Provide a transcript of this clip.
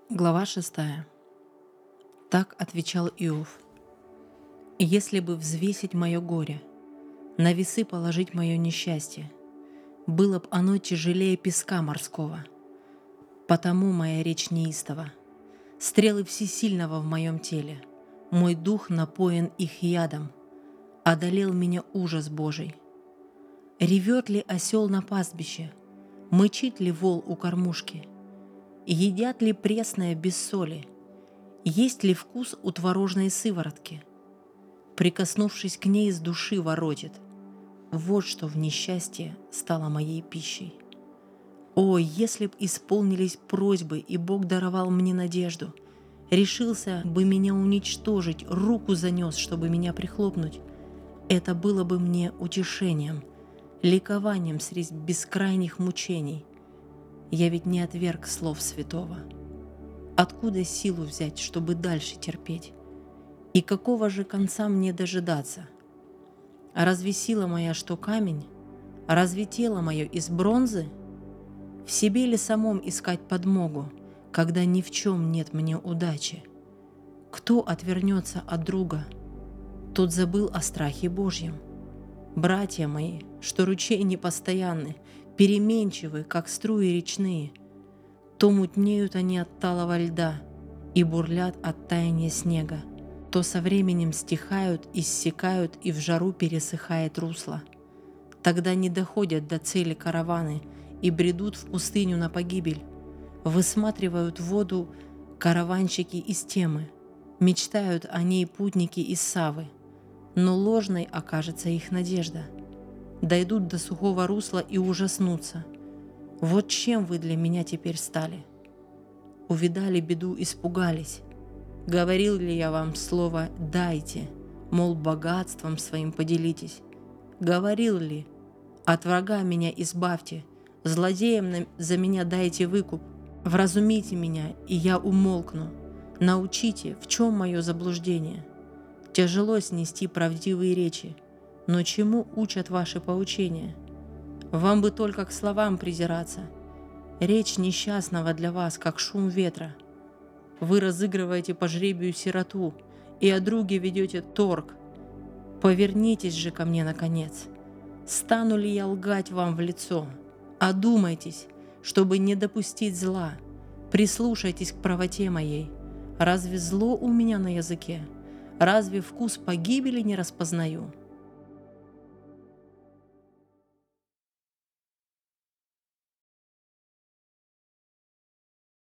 Глава 6. Так отвечал Иов. «Если бы взвесить мое горе, на весы положить мое несчастье, было б оно тяжелее песка морского. Потому моя речь неистова, стрелы всесильного в моем теле, мой дух напоен их ядом, одолел меня ужас Божий. Ревет ли осел на пастбище, мычит ли вол у кормушки, едят ли пресное без соли, есть ли вкус у творожной сыворотки? Прикоснувшись к ней, с души воротит. Вот что в несчастье стало моей пищей. О, если б исполнились просьбы, и Бог даровал мне надежду, решился бы меня уничтожить, руку занес, чтобы меня прихлопнуть, это было бы мне утешением, ликованием среди бескрайних мучений. Я ведь не отверг слов святого. Откуда силу взять, чтобы дальше терпеть? И какого же конца мне дожидаться? А разве сила моя, что камень? А разве тело мое из бронзы? В себе ли самом искать подмогу, когда ни в чем нет мне удачи? Кто отвернется от друга? Тот забыл о страхе Божьем. Братья мои, что ручей непостоянны, переменчивы, как струи речные, то мутнеют они от талого льда и бурлят от таяния снега, то со временем стихают, иссякают, и в жару пересыхает русло. Тогда не доходят до цели караваны и бредут в пустыню на погибель. Высматривают воду караванщики из Темы, мечтают о ней путники из Савы, но ложной окажется их надежда. Дойдут до сухого русла и ужаснутся. Вот чем вы для меня теперь стали? Увидали беду, испугались. Говорил ли я вам слово «дайте», мол, богатством своим поделитесь? Говорил ли «от врага меня избавьте, злодеям за меня дайте выкуп, вразумите меня, и я умолкну, научите, в чем мое заблуждение? Тяжело снести правдивые речи, но чему учат ваши поучения? Вам бы только к словам придираться. Речь несчастного для вас, как шум ветра. Вы разыгрываете по жребию сироту и о друге ведете торг. Повернитесь же ко мне, наконец. Стану ли я лгать вам в лицо? Одумайтесь, чтобы не допустить зла. Прислушайтесь к правоте моей. Разве зло у меня на языке? Разве вкус погибели не распознаю?